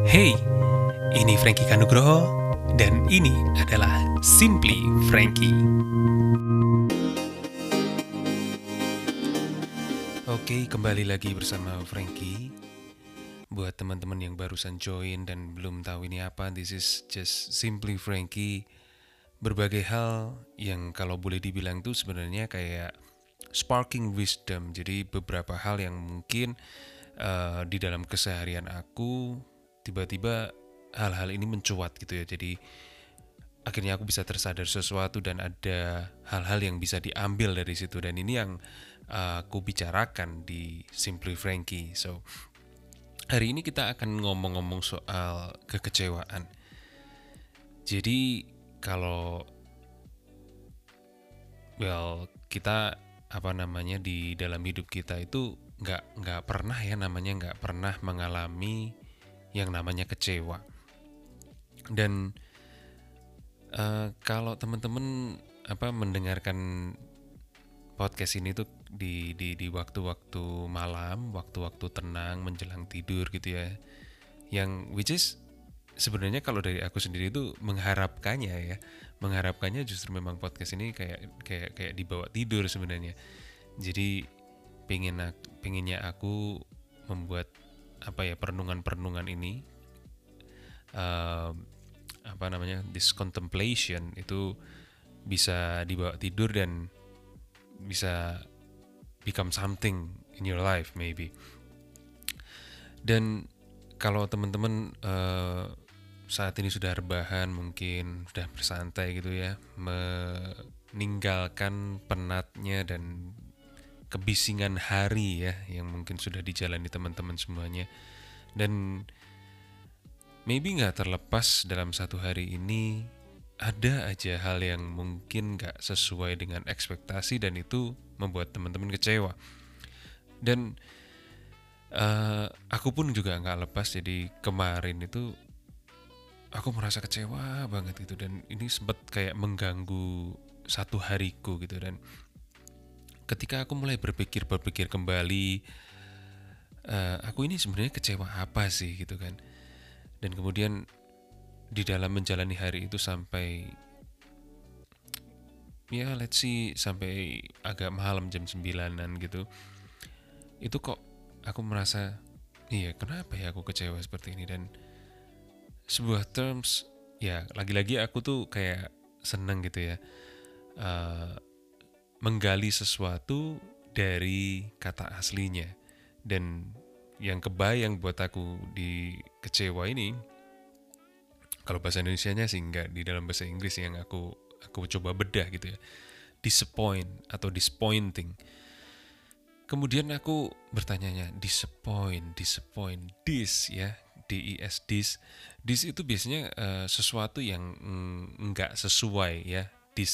Hey, ini Frankie Kanugroho dan ini adalah Simply Frankie. Oke, kembali lagi bersama Frankie. Buat teman-teman yang barusan join dan belum tahu ini apa, this is just Simply Frankie. Berbagai hal yang kalau boleh dibilang tuh sebenarnya kayak sparking wisdom. Jadi beberapa hal yang mungkin di dalam keseharian aku tiba-tiba hal-hal ini mencuat gitu ya. Jadi akhirnya aku bisa tersadar sesuatu dan ada hal-hal yang bisa diambil dari situ, dan ini yang aku bicarakan di Simply Frankie. So hari ini kita akan ngomong-ngomong soal kekecewaan. Jadi kalau kita di dalam hidup kita itu nggak pernah mengalami yang namanya kecewa. Dan kalau teman-teman mendengarkan podcast ini tuh di waktu-waktu malam, waktu-waktu tenang menjelang tidur gitu ya, yang which is sebenarnya kalau dari aku sendiri itu mengharapkannya justru memang podcast ini kayak dibawa tidur sebenarnya. Jadi pengennya aku membuat perenungan ini this contemplation itu bisa dibawa tidur dan bisa become something in your life maybe. Dan kalau teman-teman saat ini sudah rebahan, mungkin sudah bersantai gitu ya, meninggalkan penatnya dan kebisingan hari ya yang mungkin sudah dijalani teman-teman semuanya, dan maybe gak terlepas dalam satu hari ini ada aja hal yang mungkin gak sesuai dengan ekspektasi dan itu membuat teman-teman kecewa. Dan aku pun juga gak lepas. Jadi kemarin itu aku merasa kecewa banget gitu, dan ini sempat kayak mengganggu satu hariku gitu. Dan ketika aku mulai berpikir kembali, aku ini sebenarnya kecewa apa sih gitu kan. Dan kemudian di dalam menjalani hari itu sampai sampai agak malam jam 9-an gitu, itu kok aku merasa kenapa ya aku kecewa seperti ini. Dan sebuah terms ya, lagi-lagi aku tuh kayak seneng gitu ya menggali sesuatu dari kata aslinya. Dan yang kebayang buat aku di kecewa ini, kalau bahasa Indonesianya sih enggak, di dalam bahasa Inggris yang aku coba bedah gitu ya, disappoint atau disappointing. Kemudian aku bertanya-nya, disappoint, dis ya, dis itu biasanya sesuatu yang nggak sesuai ya,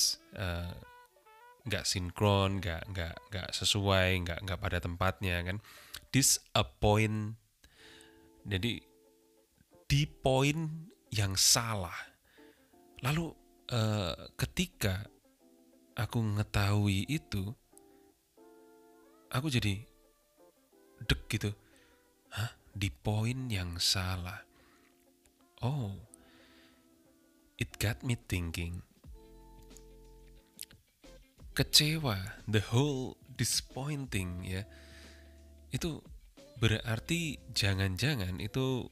nggak sinkron, nggak sesuai, nggak pada tempatnya kan. Disappoint, jadi di poin yang salah. Lalu ketika aku mengetahui itu, aku jadi deg gitu. Di poin yang salah. Oh, it got me thinking. Kecewa, the whole disappointing ya, itu berarti jangan-jangan itu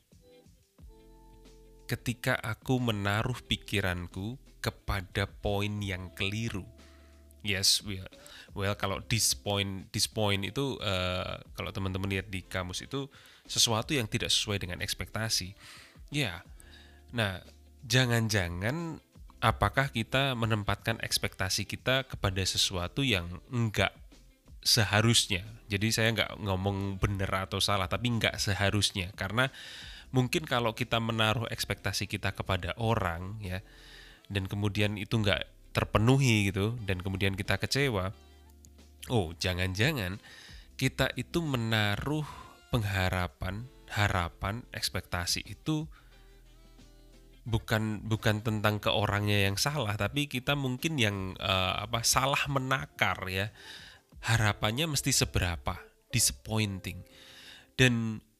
ketika aku menaruh pikiranku kepada poin yang keliru. Yes, well kalau disappoint itu kalau teman-teman lihat di kamus itu sesuatu yang tidak sesuai dengan ekspektasi. Ya, nah jangan-jangan apakah kita menempatkan ekspektasi kita kepada sesuatu yang enggak seharusnya. Jadi saya enggak ngomong benar atau salah, tapi enggak seharusnya. Karena mungkin kalau kita menaruh ekspektasi kita kepada orang ya, dan kemudian itu enggak terpenuhi gitu, dan kemudian kita kecewa, jangan-jangan kita itu menaruh harapan, ekspektasi itu bukan tentang ke orangnya yang salah, tapi kita mungkin yang salah menakar ya. Harapannya mesti seberapa, disappointing. Dan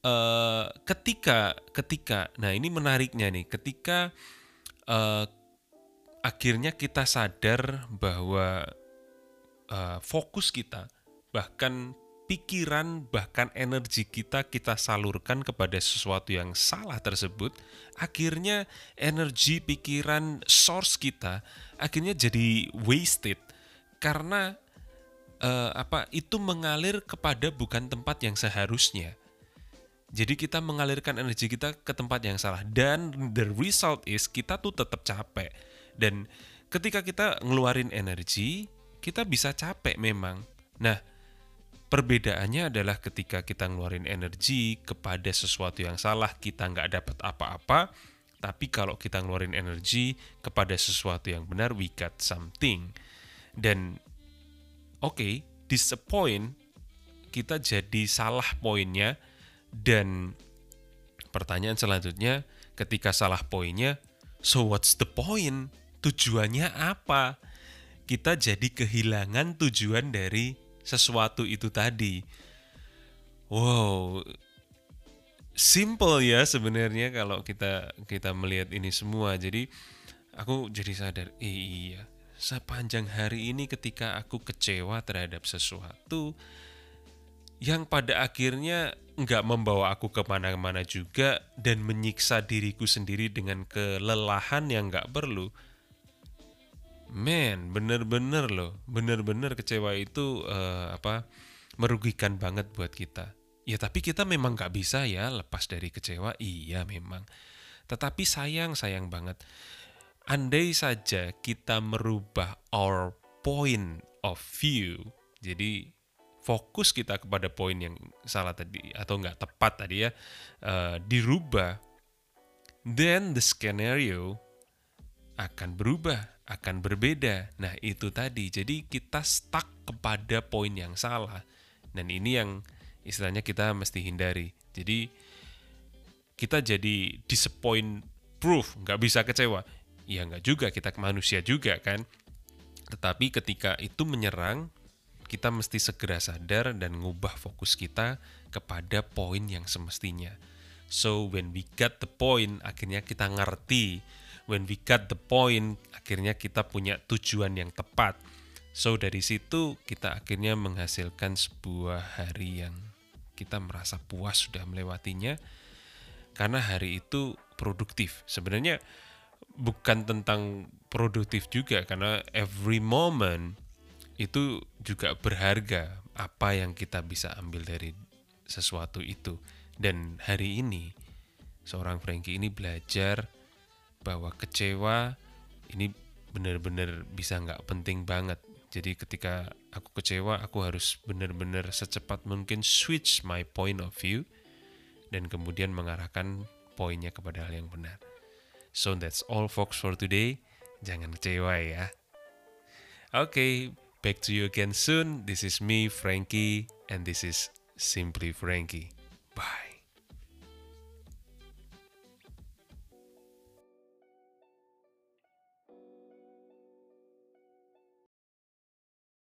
ketika nah ini menariknya nih, ketika eh, akhirnya kita sadar bahwa fokus kita, bahkan pikiran, bahkan energi kita salurkan kepada sesuatu yang salah tersebut, akhirnya energi, pikiran, source kita akhirnya jadi wasted karena itu mengalir kepada bukan tempat yang seharusnya. Jadi kita mengalirkan energi kita ke tempat yang salah dan the result is kita tuh tetap capek. Dan ketika kita ngeluarin energi, kita bisa capek memang. Nah, perbedaannya adalah ketika kita ngeluarin energi kepada sesuatu yang salah, kita nggak dapat apa-apa. Tapi kalau kita ngeluarin energi kepada sesuatu yang benar, we got something. Dan oke, disappoint, kita jadi salah poinnya. Dan pertanyaan selanjutnya, ketika salah poinnya, so what's the point? Tujuannya apa? Kita jadi kehilangan tujuan dari sesuatu itu tadi. Wow, simple ya sebenarnya kalau kita melihat ini semua. Jadi aku jadi sadar, iya, sepanjang hari ini ketika aku kecewa terhadap sesuatu yang pada akhirnya nggak membawa aku kemana-mana juga dan menyiksa diriku sendiri dengan kelelahan yang nggak perlu. Man, bener-bener loh, bener-bener kecewa itu merugikan banget buat kita. Ya tapi kita memang nggak bisa ya lepas dari kecewa, iya memang. Tetapi sayang banget, andai saja kita merubah our point of view, jadi fokus kita kepada poin yang salah tadi atau nggak tepat tadi ya, dirubah, then the scenario akan berubah, akan berbeda. Nah itu tadi, jadi kita stuck kepada poin yang salah, dan ini yang istilahnya kita mesti hindari. Jadi kita jadi disappoint proof, nggak bisa kecewa. Ya nggak juga, kita manusia juga kan. Tetapi ketika itu menyerang, kita mesti segera sadar dan ngubah fokus kita kepada poin yang semestinya. So when we got the point, akhirnya kita ngerti. When we got the point, akhirnya kita punya tujuan yang tepat. So dari situ kita akhirnya menghasilkan sebuah hari yang kita merasa puas sudah melewatinya, karena hari itu produktif. Sebenarnya bukan tentang produktif juga, karena every moment itu juga berharga, apa yang kita bisa ambil dari sesuatu itu. Dan hari ini seorang Frankie ini belajar bahwa kecewa ini benar-benar bisa nggak penting banget. Jadi ketika aku kecewa, aku harus benar-benar secepat mungkin switch my point of view dan kemudian mengarahkan poinnya kepada hal yang benar. So that's all folks for today. Jangan kecewa ya. Okay, back to you again soon. This is me, Frankie, and this is Simply Frankie. Bye.